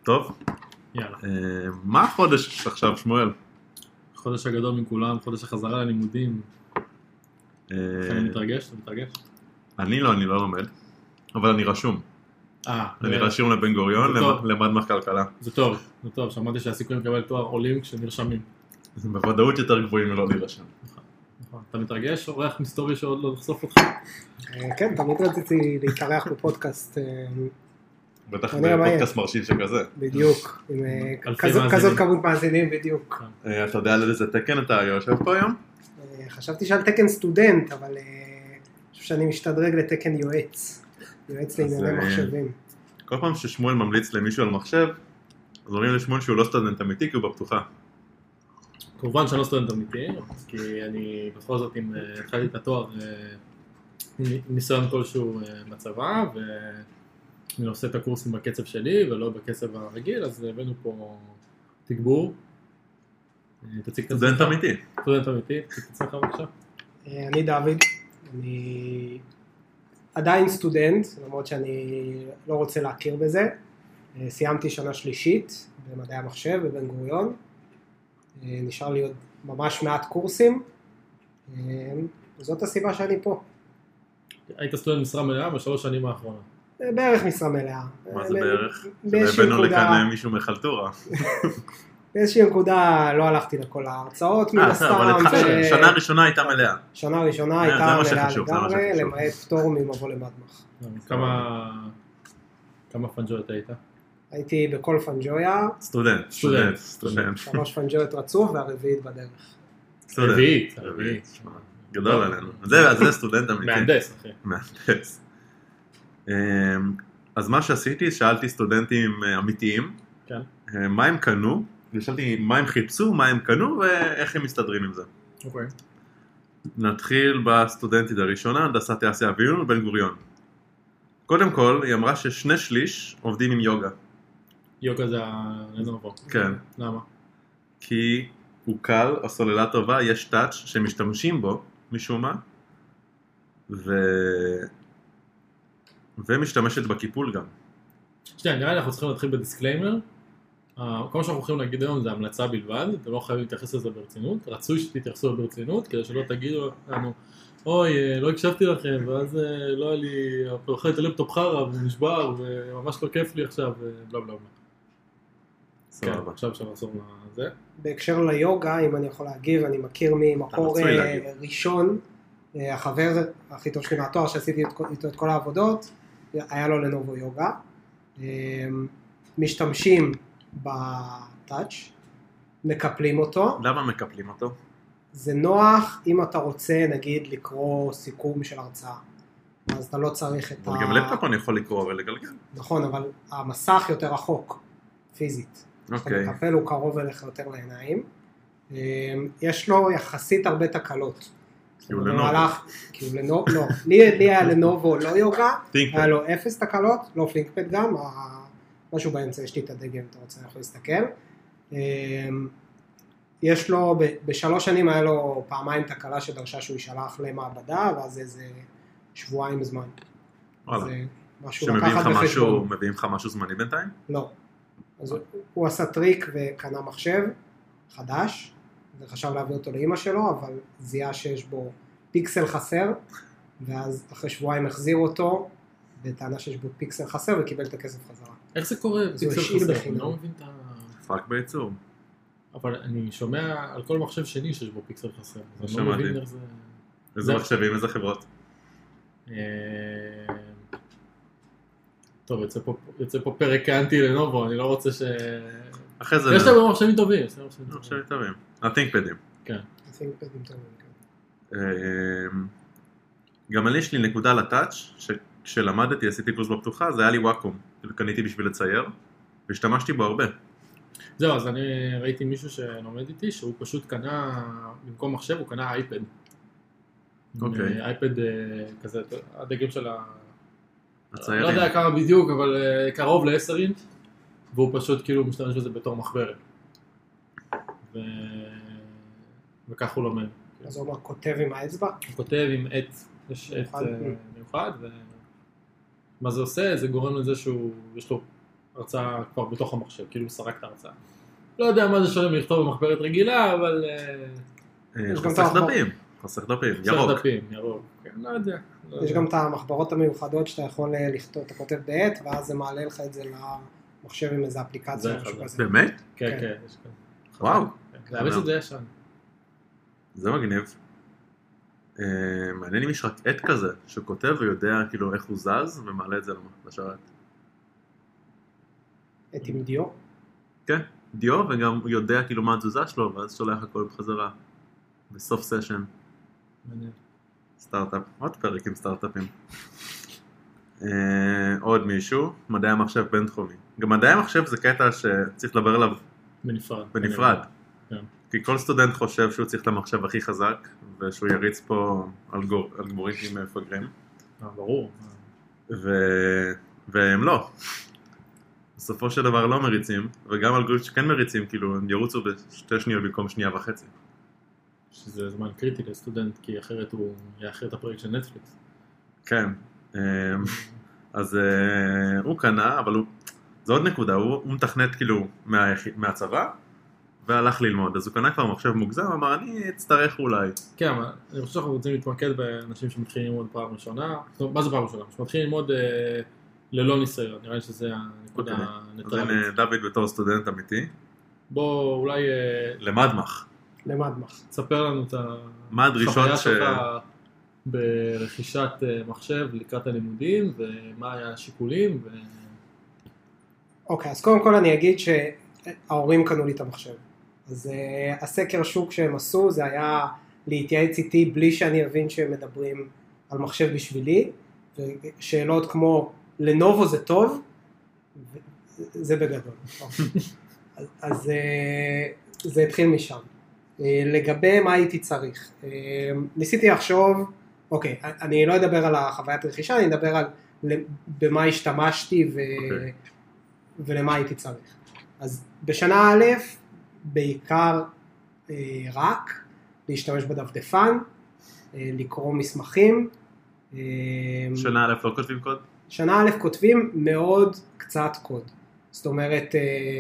טוב. יאללה. מה החודש עכשיו, שמואל? חודש הגדול מכולם, חודש החזרה ללימודים. אה, אני מתרגש? אתה מתרגש? אני לא לומד, אבל אני רשום. אני רשום לבן גוריון, זה טוב. למד כלכלה. זה טוב, זה טוב. שמעתי שהסיכויים לקבל תואר עולים כשנרשמים. זה בוודאות יותר גבוהים מלא להירשם. נכון. אתה מתרגש? אורח מסתורי שעוד לא לחשוף אותך? כן, תמיד רציתי להתארח בפודקאסט, בטח אני רואה. בפודקאסט מרשים שכזה. בדיוק, עם אלפי כזאת מאזינים. כמות מאזינים בדיוק. אתה יודע על איזה תקן אתה יושב פה היום? חשבתי שעל תקן סטודנט, אבל אני חושב שאני משתדרג לתקן יועץ לענייני מחשבים. כל פעם ששמואל ממליץ למישהו על מחשב, אז אומרים לשמואל שהוא לא סטודנט אמיתי, כי הוא בפתוחה. כמובן שאני לא סטודנט אמיתי, כי אני בכל זאת התחלתי את התואר עם ניסיון כלשהו בצבא, ואני עושה את הקורסים בקצב שלי ולא בקצב הרגיל, אז הבאנו פה תגבור. תציג את סטודנט אמיתי. סטודנט אמיתי, תציג את עצמך בבקשה. אני דוד, אני עדיין סטודנט, למרות שאני לא רוצה להכיר בזה. סיימתי שנה שלישית במדעי המחשב בבן גוריון. נשאר לי עוד ממש מעט קורסים, וזאת הסיבה שאני פה. היית סטודנט משרה מלאה בשלוש שנים האחרונות. בערך משרה מלאה. מה זה בערך? באיזושהי הבאנו נקודה- לכאן מישהו מחלטורה. באיזושהי נקודה לא הלכתי לכל ההרצאות, מן הסתם. אבל שנה ראשונה הייתה מלאה. שנה ראשונה זה הייתה מה מלאה שחשוב, זה מה לגמרי, שחשוב. למעט פטור ממבוא למדמח. כמה פנג'ויות היית? הייתי בכל פנג'ויה, סטודנט. 3 פנג'ויות רצוף והרביעית בדרך. סטודנט. רביעית. גדול עלינו. זה סטודנט אמיתי. מהנדס, אחי. מהנדס. אז מה שעשיתי, שאלתי סטודנטים אמיתיים, כן. מה הם קנו, ושאלתי מה הם חיפשו, מה הם קנו ואיך הם מסתדרים עם זה. אוקיי. נתחיל בסטודנטית הראשונה, הנדסת תעשייה אוויר בן גוריון. קודם כל, היא אמרה ש2/3 עובדים עם יוגה. יוגה זה הנובו. כן. למה? כי הוא קל, הסוללה טובה, יש טאץ' שמשתמשים בו, משום מה, ומשתמשת בקיפול גם. שנייה, נראה לי אנחנו צריכים להתחיל בדיסקליימר. כל מה שאנחנו יכולים להגיד היום זה המלצה בלבד, אתם לא חייבים להתייחס לזה ברצינות, רצוי שתתייחסו ברצינות, כדי שלא תגידו לנו, אוי, לא הקשבתי לכם, ואז לא היה לי, אוכלת הלפטופ חרא, והוא נשבר, וממש לא כיף לי עכשיו, ובלה בלה בלה. כן, סבבה. עכשיו אפשר לעשות זה. בהקשר ליוגה, אם אני יכול להגיב, אני מכיר ממקור רצוי להגיב. ראשון, החבר הכי טוב שלי מהתואר שעשיתי איתו את כל העבודות, היה לו לנובו יוגה. משתמשים בטאץ', מקפלים אותו. למה מקפלים אותו? זה נוח אם אתה רוצה נגיד לקרוא סיכום של הרצאה, אז אתה לא צריך את אבל גם לפטופ אני יכול לקרוא ולגלגל. נכון, אבל המסך יותר רחוק, פיזית. אוקיי. כשאתה מקפל הוא קרוב אליך יותר לעיניים. יש לו יחסית הרבה תקלות. כי הוא לנובו. כי הוא לנובו, לא. לי היה לנובו לא יוגה, ThinkPad. היה לו 0 תקלות, לא פלינקפד גם, משהו באמצע, יש לי את הדגם, אתה רוצה, יכול להסתכל. יש לו, ב3 שנים היה לו פעמיים תקלה שדרשה שהוא יישלח למעבדה, ואז איזה שבועיים זמן. וואלה. זה משהו שמביאים לקחת לך בחשבון. מביאים לך משהו זמני בינתיים? לא. אז הוא עשה טריק וקנה מחשב חדש, וחשב להביא אותו לאמא שלו, אבל זיהה שיש בו פיקסל חסר, ואז אחרי שבועיים החזיר אותו, וטענה שיש בו פיקסל חסר, וקיבל את הכסף חזרה. איך זה קורה? זה פיקסל השאיר חסר, בחינם. אני לא מבין את פאק בייצור. אבל אני שומע על כל מחשב שני שיש בו פיקסל חסר. אז אני לא שמעתי. מבין איך זה... איזה זה- מחשבים, איזה חברות? טוב, יוצא פה פרק אנטי לנובו, אני לא רוצה ש... אחרי זה... יש להם מחשבים טובים, יש להם מחשבים טובים. מחשבים טובים. הטינקפדים. כן. I think פדים טובים, כן. גם יש לי נקודה לטאץ' שכשלמדתי, עשיתי קורס בפתוחה, זה היה לי וואקום. כאילו קניתי בשביל לצייר, והשתמשתי בו הרבה. זהו, אז אני ראיתי מישהו שלומד איתי, שהוא פשוט קנה, במקום מחשב, הוא קנה אייפד. אוקיי. אייפד כזה, הדגם של ה... לא הציירים. יודע כמה בדיוק, אבל קרוב ל10 אינץ', והוא פשוט כאילו משתמש בזה בתור מחברת. וכך הוא לומד. אז הוא אומר, כותב עם האצבע, הוא כותב עם עט, יש עט מיוחד. מיוחד, ומה זה עושה? זה גורם לזה שהוא, יש לו הרצאה כבר בתוך המחשב, כאילו הוא סרק את ההרצאה. לא יודע מה זה שונה מלכתוב במחברת רגילה, אבל... חוסך דפים, ירוק. ירוק, כן, לא יודע. יש גם את המחברות המיוחדות שאתה יכול לכתוב, אתה כותב בעט, ואז זה מעלה לך את זה למחשב עם איזה אפליקציה או משהו כזה. באמת? כן, כן. וואו. האמת שזה ישן. זה מגניב. מעניין אם יש רק עט כזה, שהוא כותב ויודע כאילו איך הוא זז, ומעלה את זה לשרת. עט עם דיו? כן, דיו, וגם הוא יודע כאילו מה התזוזה שלו, ואז שולח הכל בחזרה. בסוף סשן. מעניין. סטארט-אפ, עוד פרק עם סטארט-אפים. עוד מישהו, מדעי המחשב בינתחומי. גם מדעי המחשב זה קטע שצריך לדבר עליו בנפרד. כי כל סטודנט חושב שהוא צריך את המחשב הכי חזק, ושהוא יריץ פה אלגוריתמים מפגרים. ברור. והם לא. בסופו של דבר לא מריצים, וגם אלגוריתמים שכן מריצים, כאילו הם ירוצו בשתי שניות במקום שנייה וחצי. שזה זמן קריטי לסטודנט, כי אחרת הוא יאחר את הפרויקט של נטפליקס. כן. אז הוא קנה, אבל זו עוד נקודה, הוא מתכנת כאילו מהצבא, והלך ללמוד, אז הוא קנה כבר מחשב מוגזם, אמר אני אצטרך אולי. כן, אבל אני חושב שאנחנו רוצים להתמקד באנשים שמתחילים ללמוד פעם ראשונה. מה זה פעם ראשונה? שמתחילים ללמוד ללא ניסיון, נראה לי שזה הנקודה הניטרלית. אז הנה דוד בתור סטודנט אמיתי. בוא אולי... למדמח. תספר לנו את החוויה שלך ברכישת מחשב לקראת הלימודים, ומה היה השיקולים. אוקיי, אז קודם כל אני אגיד שההורים קנו לי את המחשב. אז הסקר שוק שהם עשו זה היה להתייעץ איתי בלי שאני אבין שהם מדברים על מחשב בשבילי, ושאלות כמו לנובו זה טוב, זה בגדול. אז זה התחיל משם. לגבי מה הייתי צריך, ניסיתי לחשוב, אוקיי, אני לא אדבר על החוויית רכישה, אני אדבר על במה השתמשתי ולמה הייתי צריך. אז בשנה א', בעיקר רק להשתמש בדפדפן, לקרוא מסמכים. שנה א' לא כותבים קוד? שנה א' כותבים מאוד קצת קוד. זאת אומרת,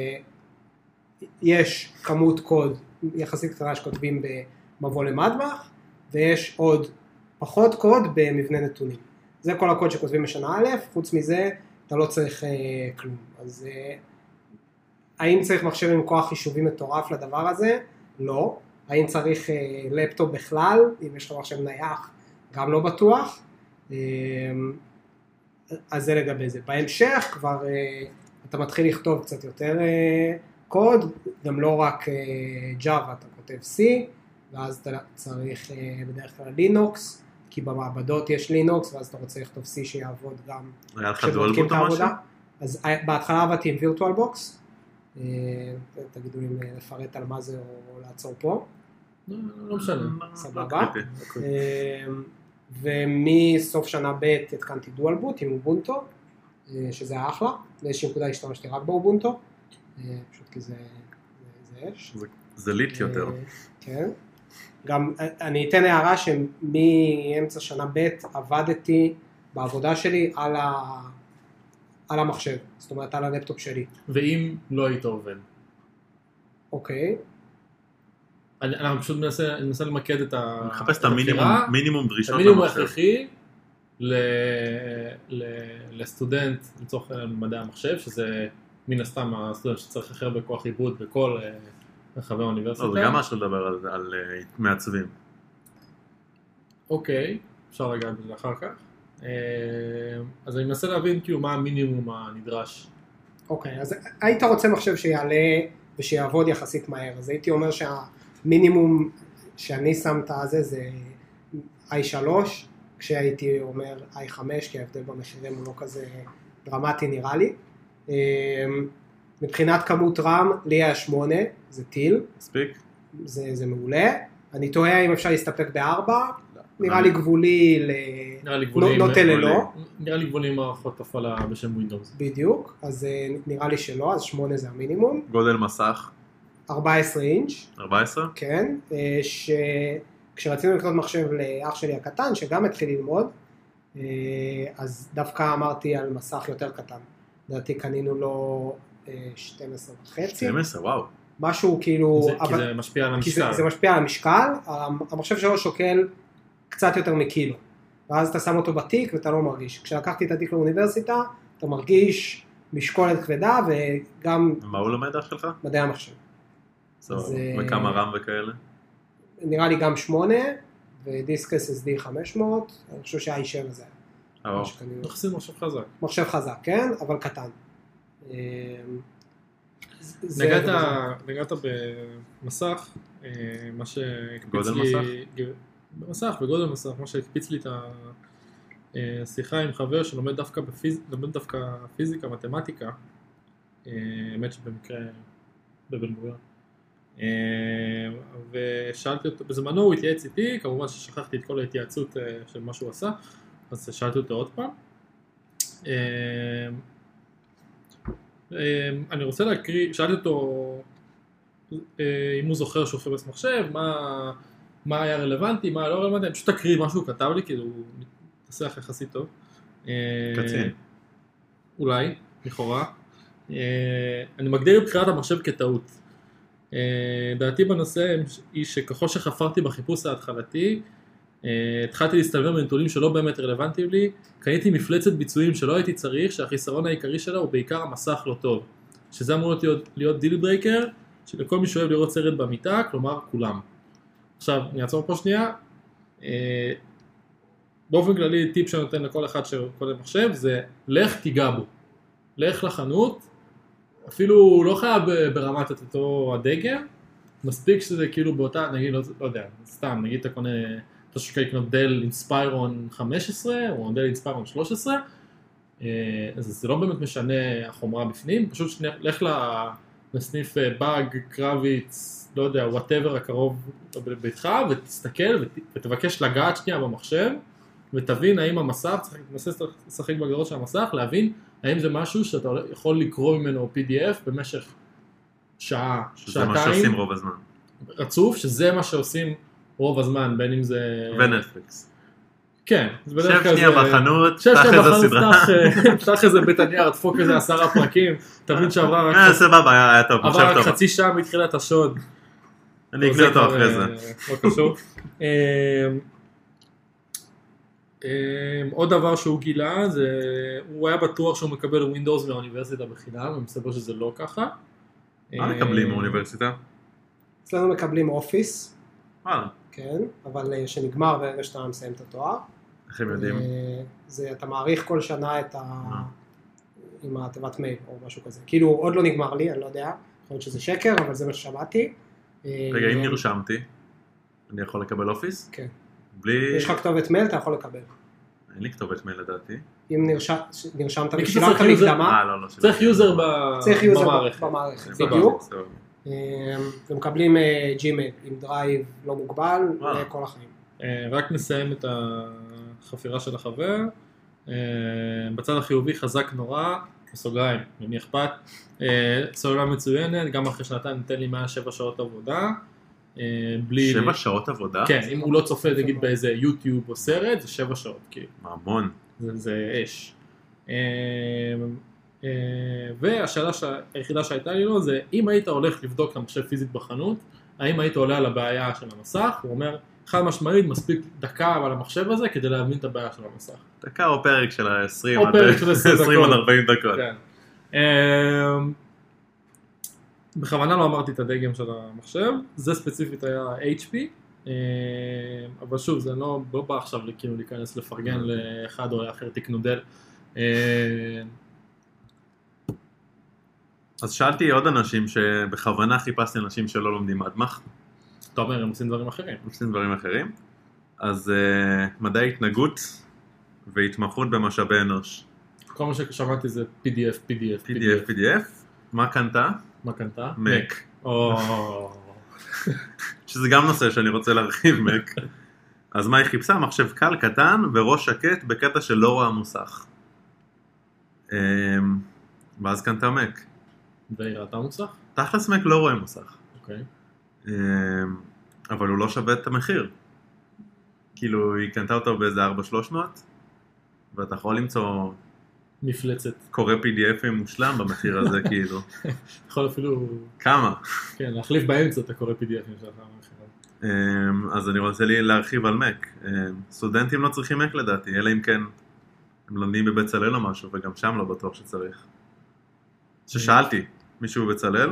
יש כמות קוד יחסית קטנה שכותבים במבוא למטבח, ויש עוד פחות קוד במבנה נתונים. זה כל הקוד שכותבים בשנה א', חוץ מזה אתה לא צריך כלום. אז האם צריך מחשב עם כוח חישובי מטורף לדבר הזה? לא. האם צריך לפטופ בכלל? אם יש לך מחשב נייח, גם לא בטוח. אז זה לגבי זה. בהמשך כבר אתה מתחיל לכתוב קצת יותר קוד, גם לא רק Java, אתה כותב C, ואז אתה צריך בדרך כלל לינוקס, כי במעבדות יש לינוקס, ואז אתה רוצה לכתוב C שיעבוד גם כשבודקים את העבודה. אז בהתחלה עבדתי עם VirtualBox, תגידו לי לפרט על מה זה או לעצור פה. לא משנה. סבבה. ומסוף שנה ב' התקנתי דואל בוט עם אובונטו, שזה היה אחלה, באיזושהי נקודה השתמשתי רק באובונטו, פשוט כי זה אש. זה ליט יותר. כן. גם אני אתן הערה שמאמצע שנה ב' עבדתי בעבודה שלי על המחשב, זאת אומרת על הלפטופ שלי. ואם לא היית עובד? אוקיי. אנחנו פשוט ננסה למקד את אני מחפש את המינימום דרישות למחשב. המינימום הכרחי לסטודנט לצורך מדעי המחשב, שזה מן הסתם הסטודנט שצריך הכי הרבה כוח עיבוד בכל רחבי האוניברסיטה. זה גם משהו לדבר על מעצבים. אוקיי, אפשר לגעת בזה אחר כך. אז אני מנסה להבין כאילו מה המינימום הנדרש. אוקיי, אז היית רוצה מחשב שיעלה ושיעבוד יחסית מהר, אז הייתי אומר שהמינימום שאני שם את הזה זה i3, כשהייתי אומר i5, כי ההבדל במחירים הוא לא כזה דרמטי נראה לי. מבחינת כמות רם, לי היה 8, זה טיל. מספיק? זה מעולה. אני תוהה אם אפשר להסתפק ב4, נראה לי גבולי נוטה ללא. נראה לי גבולי מערכות הפעלה בשם ווינדוס. בדיוק, אז נראה לי שלא, אז 8 זה המינימום. גודל מסך? 14 אינץ'. 14? כן, כשרצינו לקנות מחשב לאח שלי הקטן, שגם התחיל ללמוד, אז דווקא אמרתי על מסך יותר קטן. לדעתי קנינו לו 12.5. 12, וואו. משהו כאילו... כי זה משפיע על המשקל. זה משפיע על המשקל, המחשב שלו שוקל קצת יותר מקילו. ואז אתה שם אותו בתיק ואתה לא מרגיש. כשלקחתי את התיק לאוניברסיטה, אתה מרגיש משקולת כבדה וגם... מה הוא לומד שלך? מדעי המחשב. וכמה רם וכאלה? נראה לי גם 8, ודיסק SSD 500, אני חושב שה-i7 הזה. מחסים מחשב חזק. מחשב חזק, כן, אבל קטן. נגעת במסך, מה שהקפיץ לי... במסך, בגודל מסך, מה שהקפיץ לי את השיחה עם חבר שלומד דווקא פיזיקה, מתמטיקה, האמת שבמקרה בבן גוריון. ושאלתי אותו, בזמנו הוא התייעץ איתי, כמובן ששכחתי את כל ההתייעצות של מה שהוא עשה, אז שאלתי אותו עוד פעם. אני רוצה להקריא, שאלתי אותו אם הוא זוכר שהוא חיפש מחשב, מה היה רלוונטי, מה לא רלוונטי, אני פשוט אקריא מה שהוא כתב לי, כאילו הוא מתנסח יחסית טוב. קצין. אולי, לכאורה. אני מגדיר בבחירת המחשב כטעות. דעתי בנושא היא שככל שחפרתי בחיפוש ההתחלתי, התחלתי להסתלבט בנתונים שלא באמת רלוונטיים לי, קניתי מפלצת ביצועים שלא הייתי צריך, שהחיסרון העיקרי שלה הוא בעיקר המסך לא טוב, שזה אמור להיות דיל ברייקר, שלכל מי שאוהב לראות סרט במיטה, כלומר כולם. עכשיו, אני אעצור פה שנייה, באופן כללי טיפ שאני נותן לכל אחד שקונה מחשב, זה לך תיגע בו, לך לחנות, אפילו לא חייב ברמת את אותו הדגם, מספיק שזה כאילו באותה, נגיד, לא יודע, סתם, נגיד אתה קונה, אתה שוקע לקנות דל אינספיירון 15, או דל אינספיירון 13, אז זה לא באמת משנה החומרה בפנים, פשוט לך לסניף באג, קרביץ, לא יודע, whatever הקרוב בביתך, ותסתכל ותבקש לגעת שנייה במחשב, ותבין האם המסך, תנסה לשחק בגדרות של המסך, להבין האם זה משהו שאתה יכול לקרוא ממנו PDF במשך שעה, שעתיים. שזה מה שעושים רוב הזמן. רצוף, שזה מה שעושים רוב הזמן, בין אם זה... ונטפליקס. כן. שב שנייה בחנות, פתח איזה סדרה. פתח איזה בית הנייר, תדפוק איזה 10 פרקים, תבין שעברה רק... סבבה, היה טוב, עברה רק חצי שעה מתחילת השוד. אני אקנה אותו אחרי זה. לא קשור. עוד דבר שהוא גילה, הוא היה בטוח שהוא מקבל ווינדוס מהאוניברסיטה בחינם, ומסתבר שזה לא ככה. מה מקבלים מהאוניברסיטה? אצלנו מקבלים אופיס. מה? כן, אבל שנגמר ברגע שאתה מסיים את התואר. איך הם יודעים? זה, אתה מעריך כל שנה עם התיבת מייל או משהו כזה. כאילו עוד לא נגמר לי, אני לא יודע, יכול להיות שזה שקר, אבל זה מה ששמעתי. רגע, אם נרשמתי, אני יכול לקבל אופיס? כן. בלי... יש לך כתובת מייל, אתה יכול לקבל. אין לי כתובת מייל לדעתי. אם נרשמת ושילמת מקדמה, צריך יוזר במערכת, בדיוק. ומקבלים ג'ימייל עם דרייב לא מוגבל לכל החיים. רק נסיים את החפירה של החבר. בצד החיובי חזק נורא, בסוגריים, למי אכפת. סוללה מצוינת, גם אחרי שנתיים ניתן לי 107 שעות עבודה. 7 שעות עבודה? כן, אם הוא לא צופה נגיד באיזה יוטיוב או סרט, זה 7 שעות. המון. זה אש. והשאלה היחידה שהייתה לי לו זה, אם היית הולך לבדוק למחשב פיזית בחנות, האם היית עולה על הבעיה של המסך? הוא אומר, חד משמעית, מספיק דקה על המחשב הזה כדי להבין את הבעיה של המסך. דקה או פרק של 20 או פרק של 20 עד 40 דקות. כן. בכוונה לא אמרתי את הדגם של המחשב, זה ספציפית היה HP, אבל שוב, זה לא בא עכשיו כאילו להיכנס לפרגן לאחד או לאחר תקנו דל. אז שאלתי עוד אנשים שבכוונה חיפשתי אנשים שלא לומדים מדמח. אתה אומר, הם עושים דברים אחרים. עושים דברים אחרים. אז מדעי התנהגות והתמחות במשאבי אנוש. כל מה ששמעתי זה PDF. מה קנתה? מה קנתה? מק. שזה גם נושא שאני רוצה להרחיב מק. אז מה היא חיפשה? מחשב קל, קטן וראש שקט בקטע של לא רואה מוסך. ואז קנתה מק. והיא ראתה מוסך? תכלס מק לא רואה מוסך. אוקיי. אבל הוא לא שווה את המחיר. כאילו היא קנתה אותו באיזה 4,300, ואתה יכול למצוא מפלצת. קורא PDFים מושלם במחיר הזה, כאילו. יכול אפילו... כמה? כן, להחליף באמצע, אתה קורא PDFים שלך במחיר. אז אני רוצה להרחיב על Mac. סטודנטים לא צריכים Mac לדעתי, אלא אם כן הם לומדים בבצלאל או משהו, וגם שם לא בטוח שצריך. ששאלתי, מישהו בבצלאל?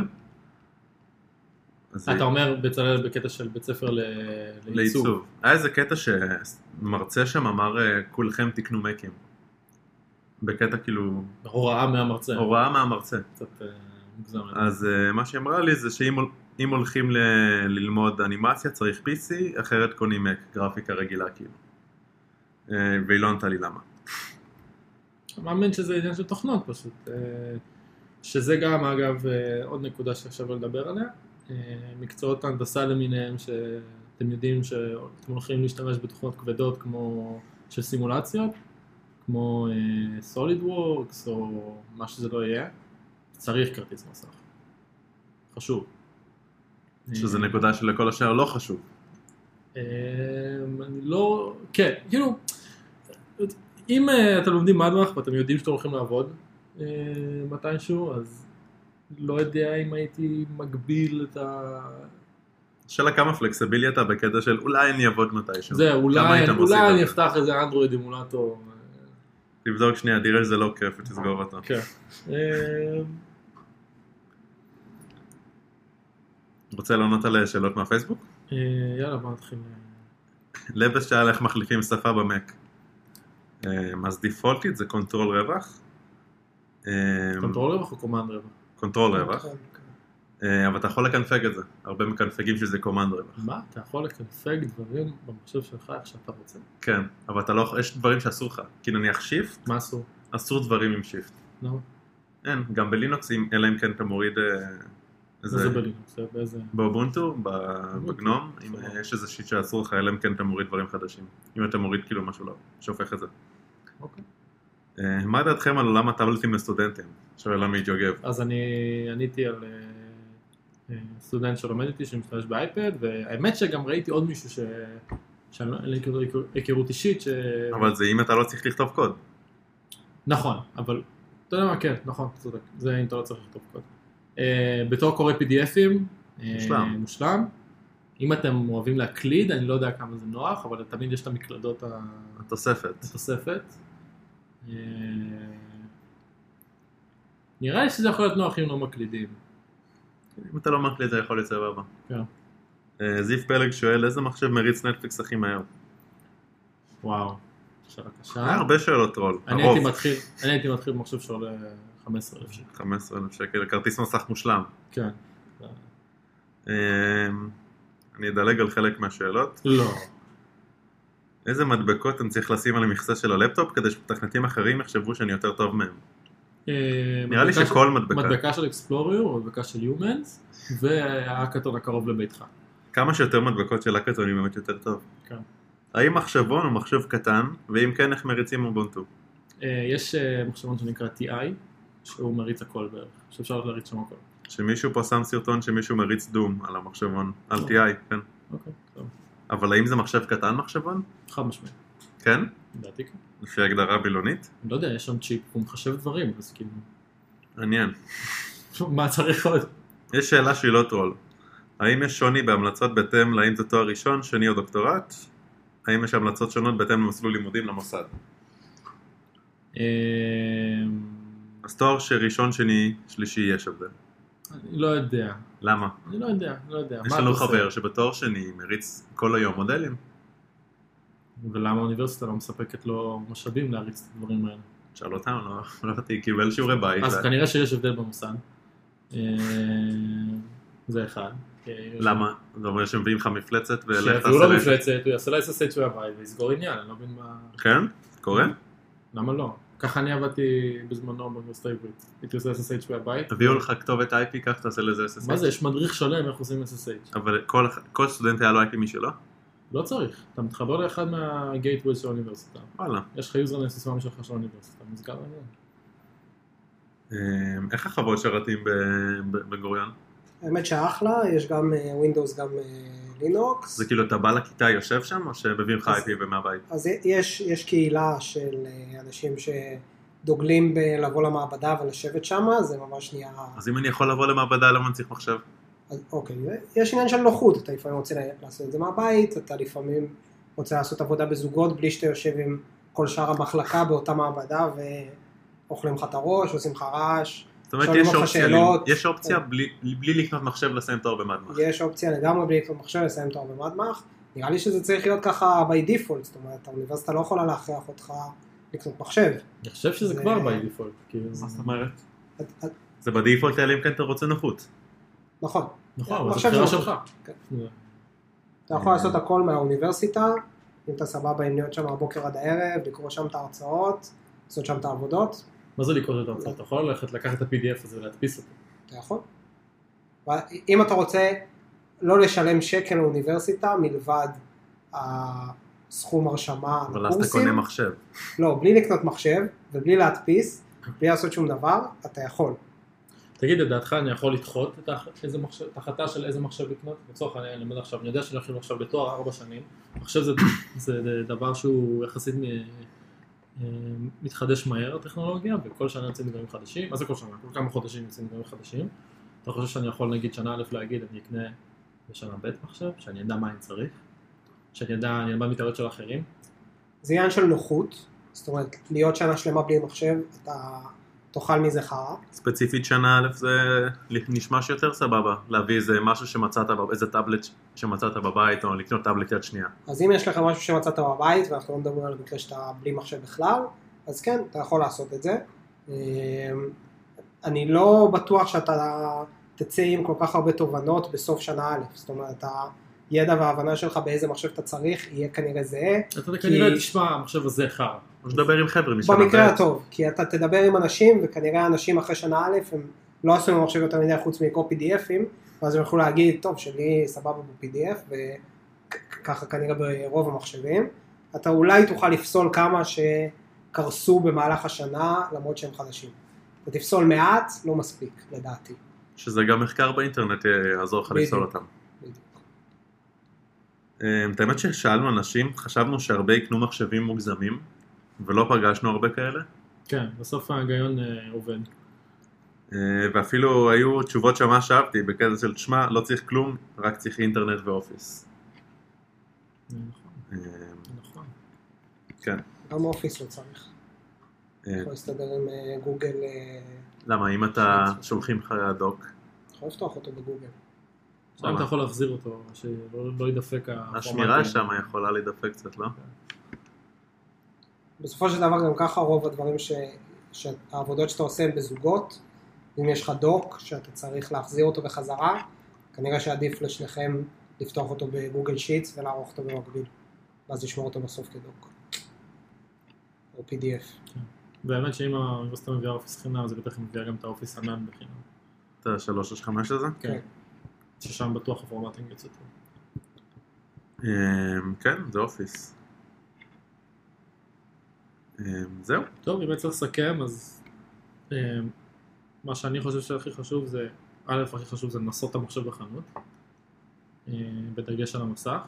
אתה אומר בצלאל בקטע של בית ספר לעיצוב. היה איזה קטע שמרצה שם אמר כולכם תקנו מקים. בקטע כאילו... הוראה מהמרצה. הוראה מהמרצה. קצת מוגזם. אז מה שאמרה לי זה שאם הולכים ללמוד אנימציה צריך PC, אחרת קונים מק, גרפיקה רגילה כאילו. והיא לא ענתה לי למה. אני מאמין שזה עניין של תוכנות פשוט. שזה גם אגב עוד נקודה שעכשיו לדבר עליה. מקצועות הנדסה למיניהם שאתם יודעים שאתם הולכים להשתמש בתוכנות כבדות כמו של סימולציות, כמו SolidWorks או מה שזה לא יהיה, צריך כרטיס מסך. חשוב. שזה נקודה שלכל השאר לא חשוב. אני לא... כן, כאילו, אם אתם לומדים מדמח ואתם יודעים שאתם הולכים לעבוד מתישהו, אז לא יודע אם הייתי מגביל את ה... שאלה כמה פלקסיבילי אתה בקטע של אולי אני אעבוד מתישהו. זה, אולי אני אפתח איזה אנדרואיד אימולטור. תבדוק שנייה, תראה שזה לא כיף ותסגור אותו. כן. רוצה לענות על שאלות מהפייסבוק? יאללה, בוא נתחיל. לבס שאל איך מחליפים שפה במק. אז דיפולטית זה קונטרול רווח. קונטרול רווח או קומנד רווח? קונטרול רווח. אבל אתה יכול לקנפג את זה. הרבה מקנפגים שזה קומנד רווח. מה? אתה יכול לקנפג דברים במחשב שלך איך שאתה רוצה? כן, אבל אתה לא... יש דברים שאסור לך. כי נניח שיפט. מה אסור? אסור דברים עם שיפט. לא. אין, גם בלינוקס, אלא אם כן אתה מוריד... איזה בלינוקס? באיזה... באובונטו, בגנום, אם יש איזה שיט שאסור לך, אלא אם כן אתה מוריד דברים חדשים. אם אתה מוריד כאילו משהו לא, שהופך את זה. אוקיי. מה דעתכם על עולם הטאבלטים לסטודנטים? שואל עמית יוגב. אז אני עניתי על סטודנט שלומד איתי שמשתמש באייפד, והאמת שגם ראיתי עוד מישהו שאני לא הכירות אישית אבל זה אם אתה לא צריך לכתוב קוד. נכון, אבל אתה יודע מה, כן, נכון, צודק, זה אם אתה לא צריך לכתוב קוד. בתור קורא PDFים, מושלם. אם אתם אוהבים להקליד, אני לא יודע כמה זה נוח, אבל תמיד יש את המקלדות התוספת. נראה לי שזה יכול להיות נוח אם לא מקלידים. אם אתה לא מקליד זה יכול להיות סבבה. כן. זיף פלג שואל איזה מחשב מריץ נטפליקס הכי מהר? וואו, שאלה קשה. הרבה שאלות טרול. אני הייתי מתחיל במחשב שעולה 15,000 שקל. 15,000 שקל, כרטיס מסך מושלם. כן. אני אדלג על חלק מהשאלות. לא. איזה מדבקות אני צריך לשים על המכסה של הלפטופ כדי שמתכנתים אחרים יחשבו שאני יותר טוב מהם? נראה לי שכל מדבקה. מדבקה של אקספלוריו או מדבקה של יומנס והאקטון הקרוב לביתך. כמה שיותר מדבקות של האקטון היא באמת יותר טוב. כן. האם מחשבון הוא מחשב קטן, ואם כן איך מריצים אובונטו? יש מחשבון שנקרא TI, שהוא מריץ הכל בערך, שאפשר להריץ שם הכל. שמישהו פה שם סרטון שמישהו מריץ דום על המחשבון, על TI, כן. אוקיי, טוב. אבל האם זה מחשב קטן מחשבון? חד משמעית. כן? לדעתי כן. לפי הגדרה בילונית? אני לא יודע, יש שם צ'יפ, הוא מחשב דברים, אז כאילו... עניין. מה צריך עוד? יש שאלה שהיא לא טרול. האם יש שוני בהמלצות בהתאם להאם זה תואר ראשון, שני או דוקטורט? האם יש המלצות שונות בהתאם למסלול לימודים למוסד? אז תואר ראשון, שני, שלישי יש הבדל. אני לא יודע. למה? אני לא יודע. יש לנו חבר שבתואר שני מריץ כל היום מודלים. ולמה האוניברסיטה לא מספקת לו משאבים להריץ את הדברים האלה? שאל אותם, לא ראיתי, קיבל שיעורי בית. אז כנראה שיש הבדל במוסד. זה אחד. למה? זה אומר שמביאים לך מפלצת שיביאו לו מפלצת, הוא יעשה לה SSH מהבית ויסגור עניין, אני לא מבין מה... כן? קורה? למה לא? ככה אני עבדתי בזמנו באוניברסיטה העברית. הייתי עושה SSH מהבית. הביאו לך כתובת IP, כך תעשה לזה SSH. מה זה? יש מדריך שלם איך עושים SSH. אבל כל סטודנט היה לו IP משלו? לא צריך. אתה מתחבר לאחד מהגייטווייז של האוניברסיטה. וואלה. יש לך יוזרניים סיסמה משלך של האוניברסיטה. נסגר לעניין. איך החוות שרתים בגוריון? האמת שאחלה, יש גם Windows, גם לינוקס. זה כאילו אתה בא לכיתה יושב שם, או שמביאים לך IP ומהבית? אז יש קהילה של אנשים דוגלים לבוא למעבדה ולשבת שם, זה ממש נהיה... אז אם אני יכול לבוא למעבדה, למה אני צריך מחשב? אז, אוקיי, יש עניין של נוחות, אתה לפעמים רוצה לעשות את זה מהבית, אתה לפעמים רוצה לעשות עבודה בזוגות, בלי שאתה יושב עם כל שאר המחלקה באותה מעבדה, ואוכלים לך את הראש, עושים לך רעש, זאת אומרת, יש אופציה בלי לקנות מחשב לסיים תואר במדמח. יש אופציה לגמרי בלי לקנות מחשב לסיים תואר במדמח, נראה לי שזה צריך להיות ככה by default, זאת אומרת, האוניברסיטה לא יכולה להכריח אותך לקנות מחשב. אני חושב שזה כבר by default. מה זאת אומרת? זה בדיפולט האלה אם כן אתה רוצה נוחות. נכון. נכון, זה בחירה שלך. אתה יכול לעשות הכל מהאוניברסיטה, אם אתה סבבה עם להיות שם הבוקר עד הערב, לקרוא שם את ההרצאות, לעשות שם את העבודות. מה זה לקרוא את ההרצאות? אתה יכול לקחת את ה-PDF הזה ולהדפיס אותו. אתה יכול. אם אתה רוצה לא לשלם שקל לאוניברסיטה, מלבד הסכום הרשמה אבל אז אתה קונה מחשב. לא, בלי לקנות מחשב, ובלי להדפיס, בלי לעשות שום דבר, אתה יכול. תגיד, לדעתך אני יכול לדחות את ההחלטה של איזה מחשב לקנות? לצורך אני אלמד עכשיו, אני יודע שאני הולכים עכשיו לתואר 4 שנים, מחשב זה דבר שהוא יחסית מתחדש מהר, הטכנולוגיה, וכל שנה יוצאים דברים חדשים, מה זה כל שנה? כל כמה חודשים יוצאים דברים חדשים, אתה חושב שאני יכול נגיד שנה א' להגיד, אני אקנה בשנה ב' מחשב, שאני אדע מה אני צריך, שאני אדע, אני אלמד מטעויות של אחרים? זה עניין של נוחות, זאת אומרת, להיות שנה שלמה בלי מחשב, אתה תאכל מזה חרא. ספציפית שנה א' זה נשמע שיותר סבבה, להביא איזה משהו שמצאת, איזה טאבלט שמצאת בבית, או לקנות טאבלט יד שנייה. אז אם יש לך משהו שמצאת בבית, ואנחנו לא מדברים על המקרה שאתה בלי מחשב בכלל, אז כן, אתה יכול לעשות את זה. אני לא בטוח שאתה תצא עם כל כך הרבה תובנות בסוף שנה א', זאת אומרת, הידע וההבנה שלך באיזה מחשב אתה צריך, יהיה כנראה זהה. אתה כנראה תשמע, המחשב הזה חר. או שתדבר עם חבר'ה משנה ב'. במקרה הטוב, כי אתה תדבר עם אנשים, וכנראה האנשים אחרי שנה א', הם לא עשו עם המחשב יותר מדי חוץ מקרוא PDF'ים, ואז הם יכולו להגיד, טוב, שלי סבבה ב-PDF, וככה כנראה ברוב המחשבים. אתה אולי תוכל לפסול כמה שקרסו במהלך השנה, למרות שהם חדשים. אתה תפסול מעט, לא מספיק, לדעתי. שזה גם מחקר באינטרנט יעזור לך לפסול אותם. את האמת ששאלנו אנשים, חשבנו שהרבה יקנו מחשבים מוגזמים, ולא פגשנו הרבה כאלה. כן, בסוף ההיגיון עובד. ואפילו היו תשובות שממש אהבתי, בקטע של תשמע, לא צריך כלום, רק צריך אינטרנט ואופיס. נכון. כן. גם אופיס לא צריך. יכול להסתדר עם גוגל. למה, אם אתה שולחים לך דוק? יכול לפתוח אותו בגוגל. עכשיו אתה יכול להחזיר אותו, שלא ידפק השמירה שם יכולה להידפק קצת, לא? בסופו של דבר גם ככה רוב הדברים שהעבודות שאתה עושה הם בזוגות, אם יש לך דוק שאתה צריך להחזיר אותו בחזרה, כנראה שעדיף לשניכם לפתוח אותו בגוגל שיטס ולערוך אותו במקביל, ואז לשמור אותו בסוף כדוק, או PDF. באמת שאם האוניברסיטה מביאה אופיס חינם, זה בטח מביאה גם את האופיס ענן בחינם. את ה-365 הזה? כן. ששם בטוח הפורמטינג יוצא טוב. כן, זה אופיס. זהו. טוב, אם צריך לסכם, אז מה שאני חושב שהכי חשוב זה, א', הכי חשוב זה לנסות את המחשב בחנות, בדגש על המסך.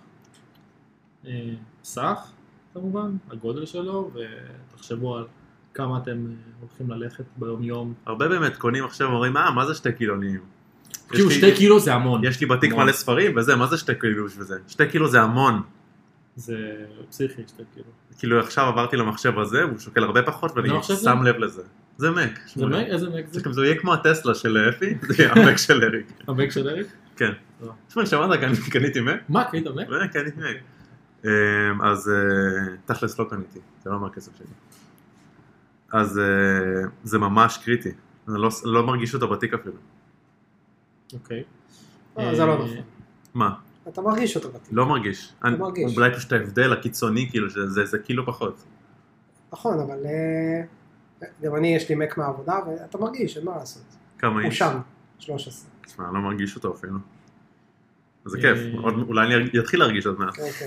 מסך, כמובן, הגודל שלו, ותחשבו על כמה אתם הולכים ללכת ביום יום. הרבה באמת קונים עכשיו ואומרים, מה זה 2 קילונים? כאילו 2 קילו זה המון. יש לי בתיק מלא ספרים וזה, מה זה 2 קילו וזה? 2 קילו זה המון. זה פסיכי 2 קילו. כאילו עכשיו עברתי למחשב הזה, הוא שוקל הרבה פחות ואני שם לב לזה. זה מק. זה מק? איזה מק זה? זה יהיה כמו הטסלה של אפי, זה יהיה המק של אריק. המק של אריק? כן. תשמע, שמעת, קניתי מק? מה, קנית מק? קניתי מק. אז תכלס לא קניתי, זה לא מהכסף שלי. אז זה ממש קריטי, אני לא מרגיש אותו בתיק אפילו. אוקיי. זה לא נכון. מה? אתה מרגיש אותו בתיק. לא מרגיש. אתה מרגיש. אולי פשוט ההבדל הקיצוני, כאילו, זה קילו פחות. נכון, אבל גם אני יש לי מק מהעבודה, ואתה מרגיש, אין מה לעשות. כמה איש? הוא שם, 13. תשמע, אני לא מרגיש אותו אפילו. זה כיף, אולי אני אתחיל להרגיש עוד מעט. כן, כן.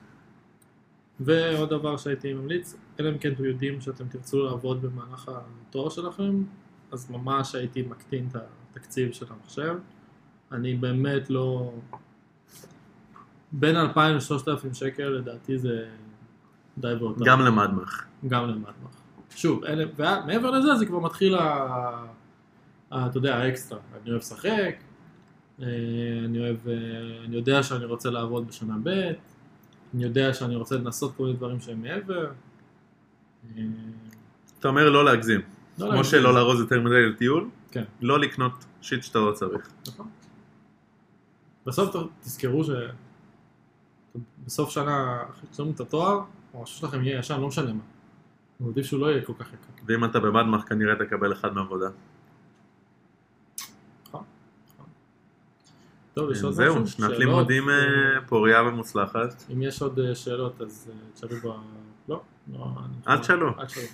ועוד דבר שהייתי ממליץ, אלא אם כן אתם יודעים שאתם תרצו לעבוד במהלך התואר שלכם, אז ממש הייתי מקטין את התקציב של המחשב. אני באמת לא... בין 2,000 ל-3,000 שקל לדעתי זה די באותה. גם למדמח. גם למדמח. שוב, מעבר לזה זה כבר מתחיל אתה יודע, האקסטרה. אני אוהב לשחק, אני יודע שאני רוצה לעבוד בשנה ב', אני יודע שאני רוצה לנסות כל מיני דברים שהם מעבר. אתה אומר לא להגזים. כמו שלא לארוז יותר מדי לטיול, לא לקנות שיט שאתה לא צריך. נכון. בסוף תזכרו שבסוף שנה, אחרי שתשלמו את התואר, המשהו שלכם יהיה ישן, לא משנה מה. אני עדיף שהוא לא יהיה כל כך יקר. ואם אתה במדמח כנראה תקבל אחד מעבודה. נכון. טוב, יש עוד משהו? זהו, שנת לימודים פוריה ומוצלחת. אם יש עוד שאלות, אז תשאלו ב... לא? עד שלא.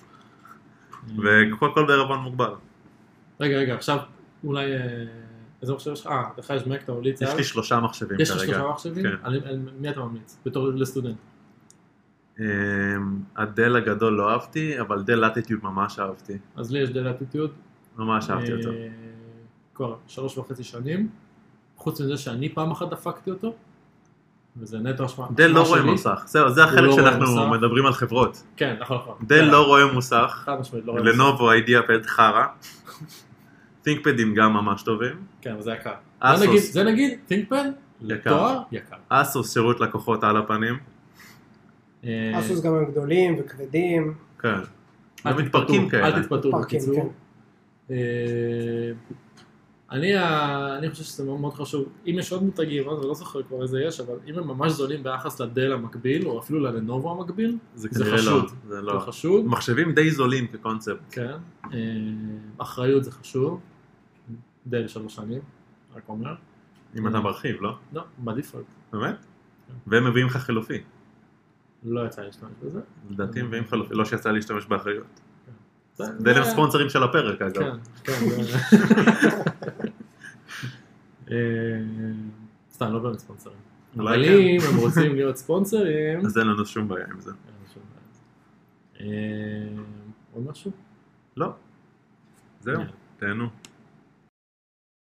וכל בערבון מוגבל. רגע, עכשיו אולי... איזה מחשב יש לך? לך יש מק, אתה ממליץ? יש לי 3 מחשבים כרגע. יש לך 3 מחשבים? מי אתה ממליץ? בתור לסטודנט. הדל הגדול לא אהבתי, אבל דל לטיטיוד ממש אהבתי. אז לי יש דל לטיטיוד. ממש אהבתי אותו. כבר 3.5 שנים. חוץ מזה שאני פעם אחת דפקתי אותו. וזה נטו השמע. דל לא רואה מוסך. זה החלק שאנחנו מדברים על חברות. כן, נכון. דל לא רואה מוסך. חד משמעית, לא רואה מוסך. לנובו אידיאה פד חרה. ThinkPad'ים גם ממש טובים. כן, אבל זה יקר. זה נגיד, ThinkPad, לתואר, יקר. אסוס שירות לקוחות על הפנים. אסוס גם הם גדולים וכבדים. כן. הם מתפרקים כאלה. אל תתפתו בקיצור. אני חושב שזה מאוד חשוב. אם יש עוד מותגים, אני לא זוכר כבר איזה יש, אבל אם הם ממש זולים ביחס לדל המקביל, או אפילו ללנובו המקביל, זה חשוד. זה חשוד. מחשבים די זולים כקונספט. כן. אחריות זה חשוב. דל 3 שנים, רק אומר. אם אתה מרחיב, לא? לא, בדיפולט. באמת? והם מביאים לך חילופי. לא יצא להשתמש בזה. לדעתי מביאים חילופי, לא שיצא להשתמש באחריות. דל הם ספונסרים של הפרק, אגב. כן. סתם, לא באמת ספונסרים. אבל אם הם רוצים להיות ספונסרים... אז אין לנו שום בעיה עם זה. עוד משהו? לא. זהו, תהנו.